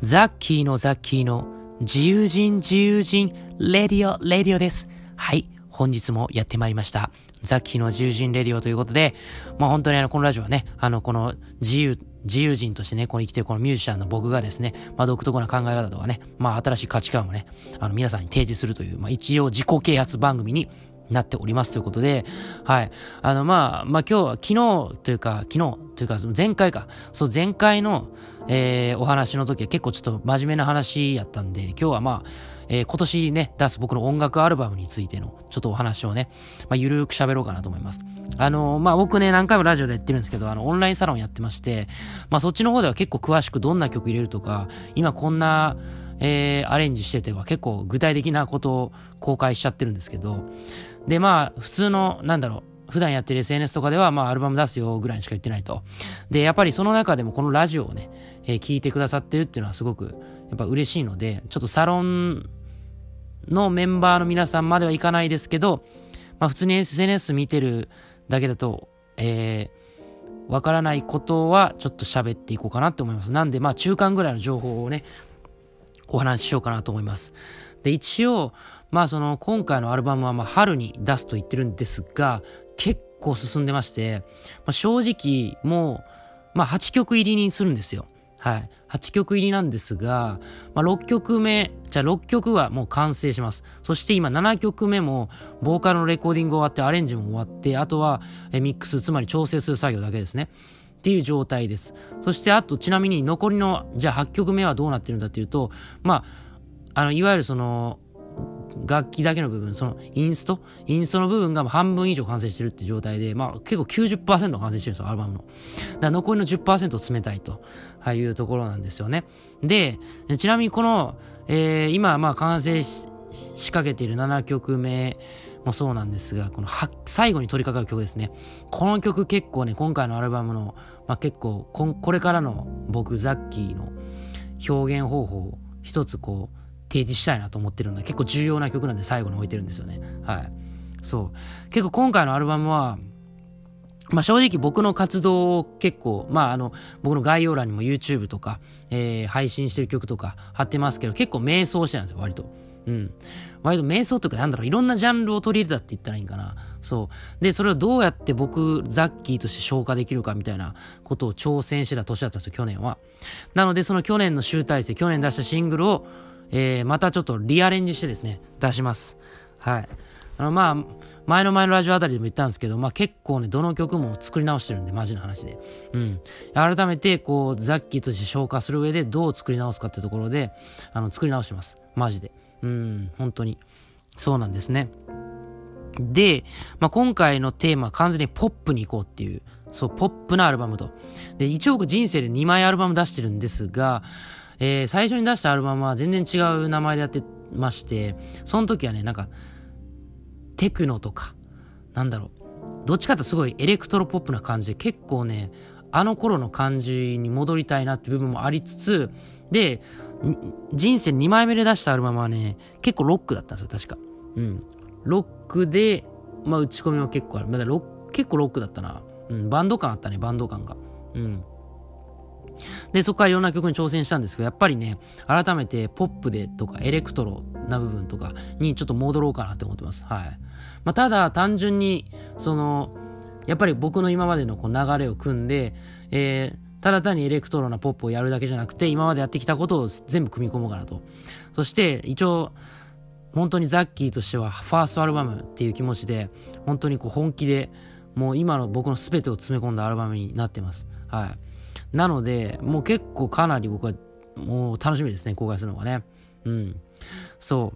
ザッキーの自由人レディオです。はい、本日もやってまいりました。ザッキーの自由人レディオということで、本当にこのラジオはね、この自由人としてね、この生きてるこのミュージシャンの僕がですね、独特な考え方とかね、新しい価値観をね、皆さんに提示するという、一応自己啓発番組になっておりますということで、はい。今日は昨日というか前回の、お話の時は結構ちょっと真面目な話やったんで、今日は今年ね、出す僕の音楽アルバムについてのちょっとお話をね、ゆるーく喋ろうかなと思います。僕ね、何回もラジオでやってるんですけど、オンラインサロンやってまして、そっちの方では結構詳しくどんな曲入れるとか、今こんな、アレンジしてては結構具体的なことを公開しちゃってるんですけど、で、普通の、普段やってる SNS とかでは、アルバム出すよぐらいしか言ってないと。で、やっぱりその中でもこのラジオをね、聞いてくださってるっていうのはすごく、やっぱ嬉しいので、ちょっとサロンのメンバーの皆さんまではいかないですけど、普通に SNS 見てるだけだと、わからないことはちょっと喋っていこうかなって思います。なんで、中間ぐらいの情報をね、お話ししようかなと思います。で、一応、今回のアルバムは春に出すと言ってるんですが、結構進んでまして、正直もう、8曲入りにするんですよ。はい。8曲入りなんですが、6曲はもう完成します。そして今7曲目も、ボーカルのレコーディング終わって、アレンジも終わって、あとはミックス、つまり調整する作業だけですね。っていう状態です。そしてあとちなみに残りの、じゃあ8曲目はどうなってるんだっていうと、いわゆるその、楽器だけの部分、そのインストの部分が半分以上完成してるって状態で、結構 90% 完成してるんですよ、アルバムの。だから残りの 10% を詰めたいというところなんですよね。で、ちなみにこの、今完成しかけている7曲目もそうなんですが、この最後に取り掛かる曲ですね。この曲結構ね、今回のアルバムの、結構これからの僕ザッキーの表現方法を一つ提示したいなと思ってるので、結構重要な曲なんで最後に置いてるんですよね。はい。そう。結構今回のアルバムは、正直僕の活動を結構、僕の概要欄にも YouTube とか、配信してる曲とか貼ってますけど、結構迷走してるんですよ、割と。割と瞑想というかいろんなジャンルを取り入れたって言ったらいいんかな。そう。で、それをどうやって僕、ザッキーとして消化できるかみたいなことを挑戦してた年だったんですよ、去年は。なので、その去年の集大成、去年出したシングルを、またちょっとリアレンジしてですね、出します。はい。前のラジオあたりでも言ったんですけど、結構ね、どの曲も作り直してるんで、マジな話で。改めて、ザッキーとして消化する上でどう作り直すかってところで、作り直してます。マジで。本当に。そうなんですね。で、今回のテーマは完全にポップに行こうっていう、そう、ポップなアルバムと。で、一応僕人生で2枚アルバム出してるんですが、最初に出したアルバムは全然違う名前でやってまして、その時はね、テクノとか、どっちかとすごいエレクトロポップな感じで、結構ね、あの頃の感じに戻りたいなって部分もありつつ、で、人生2枚目で出したアルバムはね、結構ロックだったんですよ、確か。ロックで、打ち込みも結構ある。結構ロックだったな。バンド感あったね、バンド感が。で、そこからいろんな曲に挑戦したんですけど、やっぱりね、改めてポップでとかエレクトロな部分とかにちょっと戻ろうかなって思ってます。はい。ただ、単純に、やっぱり僕の今までの流れを組んで、ただ単にエレクトロなポップをやるだけじゃなくて、今までやってきたことを全部組み込もうかなと。そして、一応、本当にザッキーとしては、ファーストアルバムっていう気持ちで、本当に本気で、もう今の僕の全てを詰め込んだアルバムになってます。はい。なので、もう結構かなり僕はもう楽しみですね、公開するのがね。そう。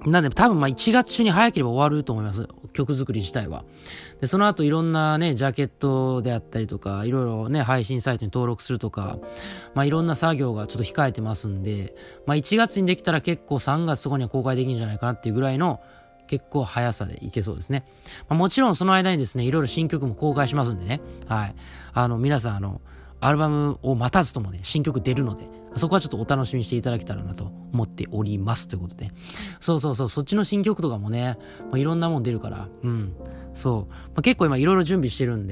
なんで多分1月中に早ければ終わると思います。曲作り自体は。で、その後いろんなね、ジャケットであったりとか、いろいろね、配信サイトに登録するとか、いろんな作業がちょっと控えてますんで、1月にできたら結構3月とかには公開できるんじゃないかなっていうぐらいの結構速さでいけそうですね。もちろんその間にですね、いろいろ新曲も公開しますんでね。はい。皆さんアルバムを待たずともね、新曲出るので、そこはちょっとお楽しみにしていただけたらなと思っておりますということで。そう、そっちの新曲とかもね、いろんなもん出るから、そう。結構今いろいろ準備してるんで、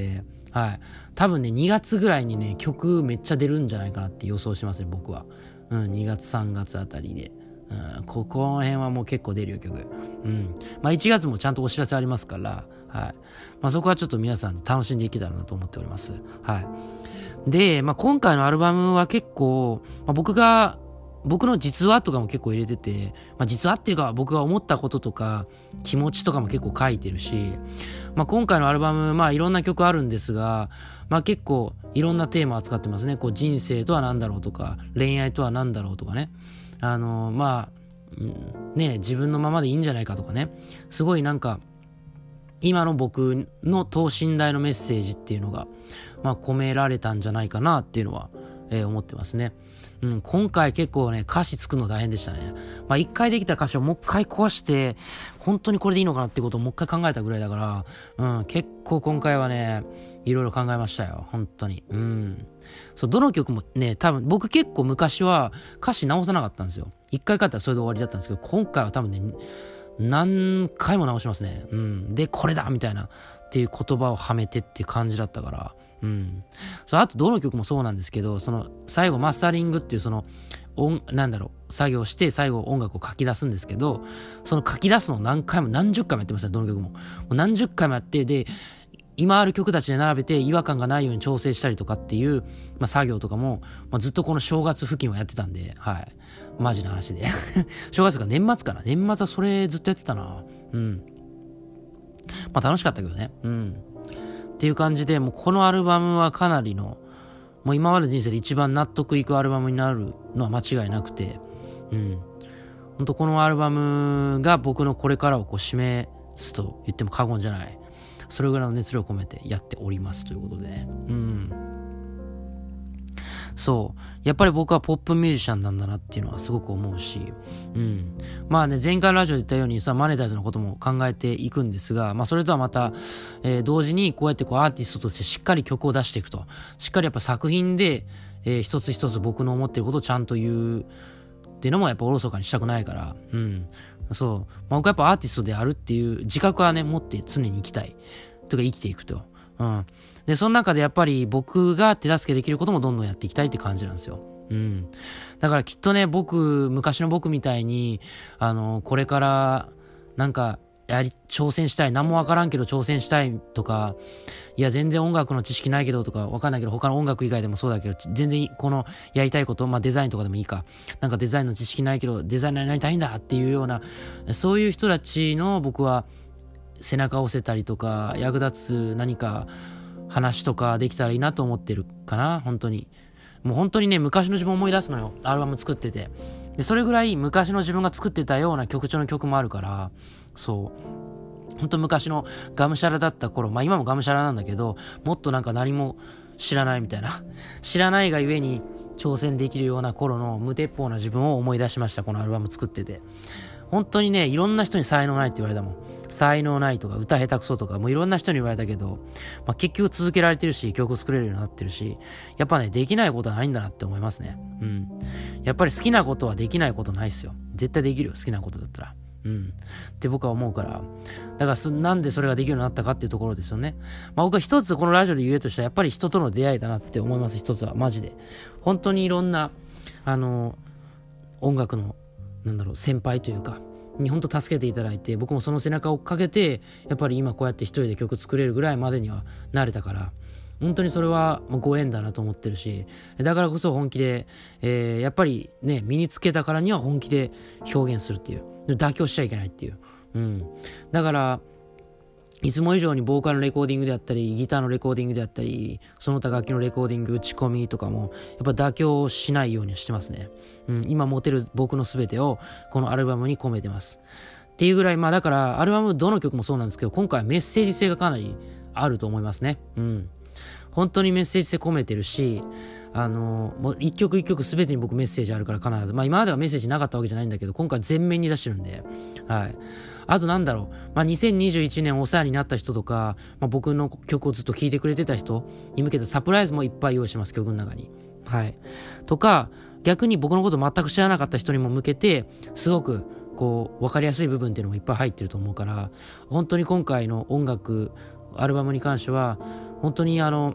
はい。多分ね、2月ぐらいにね、曲めっちゃ出るんじゃないかなって予想しますね、僕は。2月、3月あたりで。この辺はもう結構出るよ、曲。まあ1月もちゃんとお知らせありますから、はい。まあそこはちょっと皆さん楽しんでいけたらなと思っております。はい。で、まあ今回のアルバムは結構、まあ、僕の実話とかも結構入れてて、まあ実話っていうか僕が思ったこととか気持ちとかも結構書いてるし、まあ今回のアルバム、まあいろんな曲あるんですが、まあ結構いろんなテーマ扱ってますね。こう人生とは何だろうとか、恋愛とは何だろうとかね。まあ、自分のままでいいんじゃないかとかね。すごいなんか、今の僕の等身大のメッセージっていうのが、まあ込められたんじゃないかなっていうのは、思ってますね。今回結構ね、歌詞作るの大変でしたね。まあ一回できた歌詞をもう一回壊して、本当にこれでいいのかなってことをもう一回考えたぐらいだから、結構今回はね、いろいろ考えましたよ。本当に。そう、どの曲もね、多分僕結構昔は歌詞直さなかったんですよ。一回書いたらそれで終わりだったんですけど、今回は多分ね、何回も直しますね。で、これだみたいなっていう言葉をはめてっていう感じだったから、あとどの曲もそうなんですけど、その最後マスタリングっていうその作業して最後音楽を書き出すんですけど、その書き出すのを何回も何十回もやってましたね、どの曲も。もう何十回もやって、で、今ある曲たちで並べて違和感がないように調整したりとかっていう、まあ、作業とかも、まあ、ずっとこの正月付近はやってたんで、はい。マジな話で。正月か年末かな。年末はそれずっとやってたな。まあ楽しかったけどね。っていう感じで、もうこのアルバムはかなりの、もう今までの人生で一番納得いくアルバムになるのは間違いなくて、本当このアルバムが僕のこれからをこう示すと言っても過言じゃない。それぐらいの熱量を込めてやっておりますということでね。そう。やっぱり僕はポップミュージシャンなんだなっていうのはすごく思うし、まあね、前回のラジオで言ったようにマネタイズのことも考えていくんですが、まあそれとはまた、同時にこうやってこうアーティストとしてしっかり曲を出していくと。しっかりやっぱ作品で、一つ一つ僕の思っていることをちゃんと言うっていうのもやっぱおろそかにしたくないから、そう。まあ、僕はやっぱアーティストであるっていう自覚はね、持って常に生きたい。とか生きていくと。で、その中でやっぱり僕が手助けできることもどんどんやっていきたいって感じなんですよ。だからきっとね、昔の僕みたいに、これから、なんか、挑戦したい。何もわからんけど挑戦したいとか、いや、全然音楽の知識ないけどとか、わかんないけど、他の音楽以外でもそうだけど、全然このやりたいこと、まあデザインとかでもいいか。なんかデザインの知識ないけど、デザイナーになりたいんだっていうような、そういう人たちの僕は背中を押せたりとか、役立つ何か話とかできたらいいなと思ってるかな、本当に。もう本当にね、昔の自分を思い出すのよ。アルバム作ってて。で、それぐらい昔の自分が作ってたような曲調の曲もあるから、そう。本当昔のがむしゃらだった頃、まあ今もがむしゃらなんだけど、もっとなんか何も知らないみたいな。知らないがゆえに挑戦できるような頃の無鉄砲な自分を思い出しました、このアルバム作ってて。本当にね、いろんな人に才能ないって言われたもん。才能ないとか、歌下手くそとか、もういろんな人に言われたけど、まあ、結局続けられてるし、曲を作れるようになってるし、やっぱね、できないことはないんだなって思いますね。やっぱり好きなことはできないことないっすよ。絶対できるよ、好きなことだったら。って僕は思うから。だからなんでそれができるようになったかっていうところですよね。まあ僕は一つこのラジオで言えとしたら、やっぱり人との出会いだなって思います、一つは。マジで。本当にいろんな、音楽の、先輩というか、に本当助けていただいて、僕もその背中を追っかけて、やっぱり今こうやって一人で曲作れるぐらいまでにはなれたから、本当にそれはご縁だなと思ってるし、だからこそ本気で、やっぱりね、身につけたからには本気で表現するっていう。妥協しちゃいけないっていう。だから、いつも以上にボーカルのレコーディングであったり、ギターのレコーディングであったり、その他楽器のレコーディング、打ち込みとかも、やっぱ妥協しないようにしてますね。今持てる僕の全てを、このアルバムに込めてます。っていうぐらい、まあだから、アルバムどの曲もそうなんですけど、今回はメッセージ性がかなりあると思いますね。本当にメッセージ性込めてるし、もう一曲一曲全てに僕メッセージあるから必ず。まあ今まではメッセージなかったわけじゃないんだけど、今回全面に出してるんで、はい。あとまあ2021年お世話になった人とか、まあ僕の曲をずっと聴いてくれてた人に向けたサプライズもいっぱい用意します、曲の中に。はい。とか、逆に僕のこと全く知らなかった人にも向けて、すごくこう、わかりやすい部分っていうのもいっぱい入ってると思うから、本当に今回のアルバムに関しては、 本当に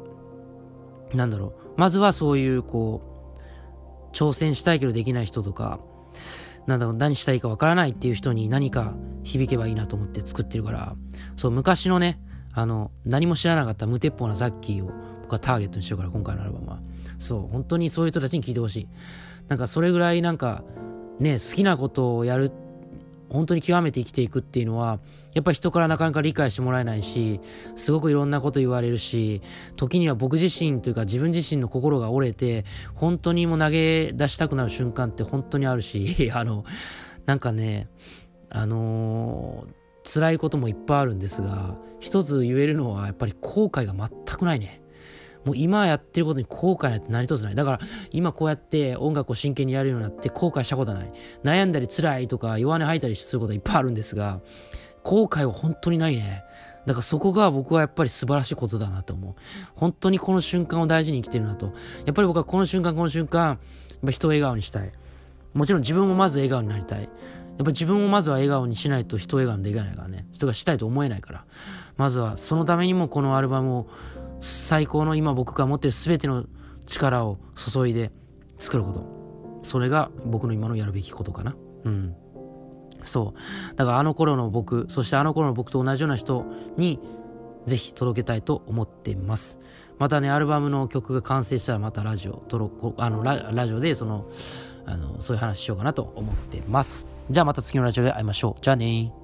まずはそういう挑戦したいけどできない人とか、何したいかわからないっていう人に何か響けばいいなと思って作ってるから、そう、昔のね、何も知らなかった無鉄砲なザッキーを僕はターゲットにしてるから、今回のアルバムは。そう、本当にそういう人たちに聴いてほしい。それぐらい好きなことをやる、本当に極めて生きていくっていうのは、やっぱり人からなかなか理解してもらえないし、すごくいろんなこと言われるし、時には僕自身というか自分自身の心が折れて、本当にもう投げ出したくなる瞬間って本当にあるし、辛いこともいっぱいあるんですが、一つ言えるのはやっぱり後悔が全くないね。もう今やってることに後悔なんて何一つない。だから今こうやって音楽を真剣にやるようになって後悔したことはない。悩んだり辛いとか弱音吐いたりすることはいっぱいあるんですが、後悔は本当にないね。だからそこが僕はやっぱり素晴らしいことだなと思う。本当にこの瞬間を大事に生きてるなと。やっぱり僕はこの瞬間、やっぱ人を笑顔にしたい。もちろん自分もまず笑顔になりたい。やっぱ自分をまずは笑顔にしないと人を笑顔にできないからね。人がしたいと思えないから。まずはそのためにもこのアルバムを最高の今僕が持っている全ての力を注いで作ること。それが僕の今のやるべきことかな。そう。だからあの頃の僕、そしてあの頃の僕と同じような人にぜひ届けたいと思っています。またね、アルバムの曲が完成したらまたラジオでそういう話しようかなと思ってます。じゃあまた次のラジオで会いましょう。じゃあねー。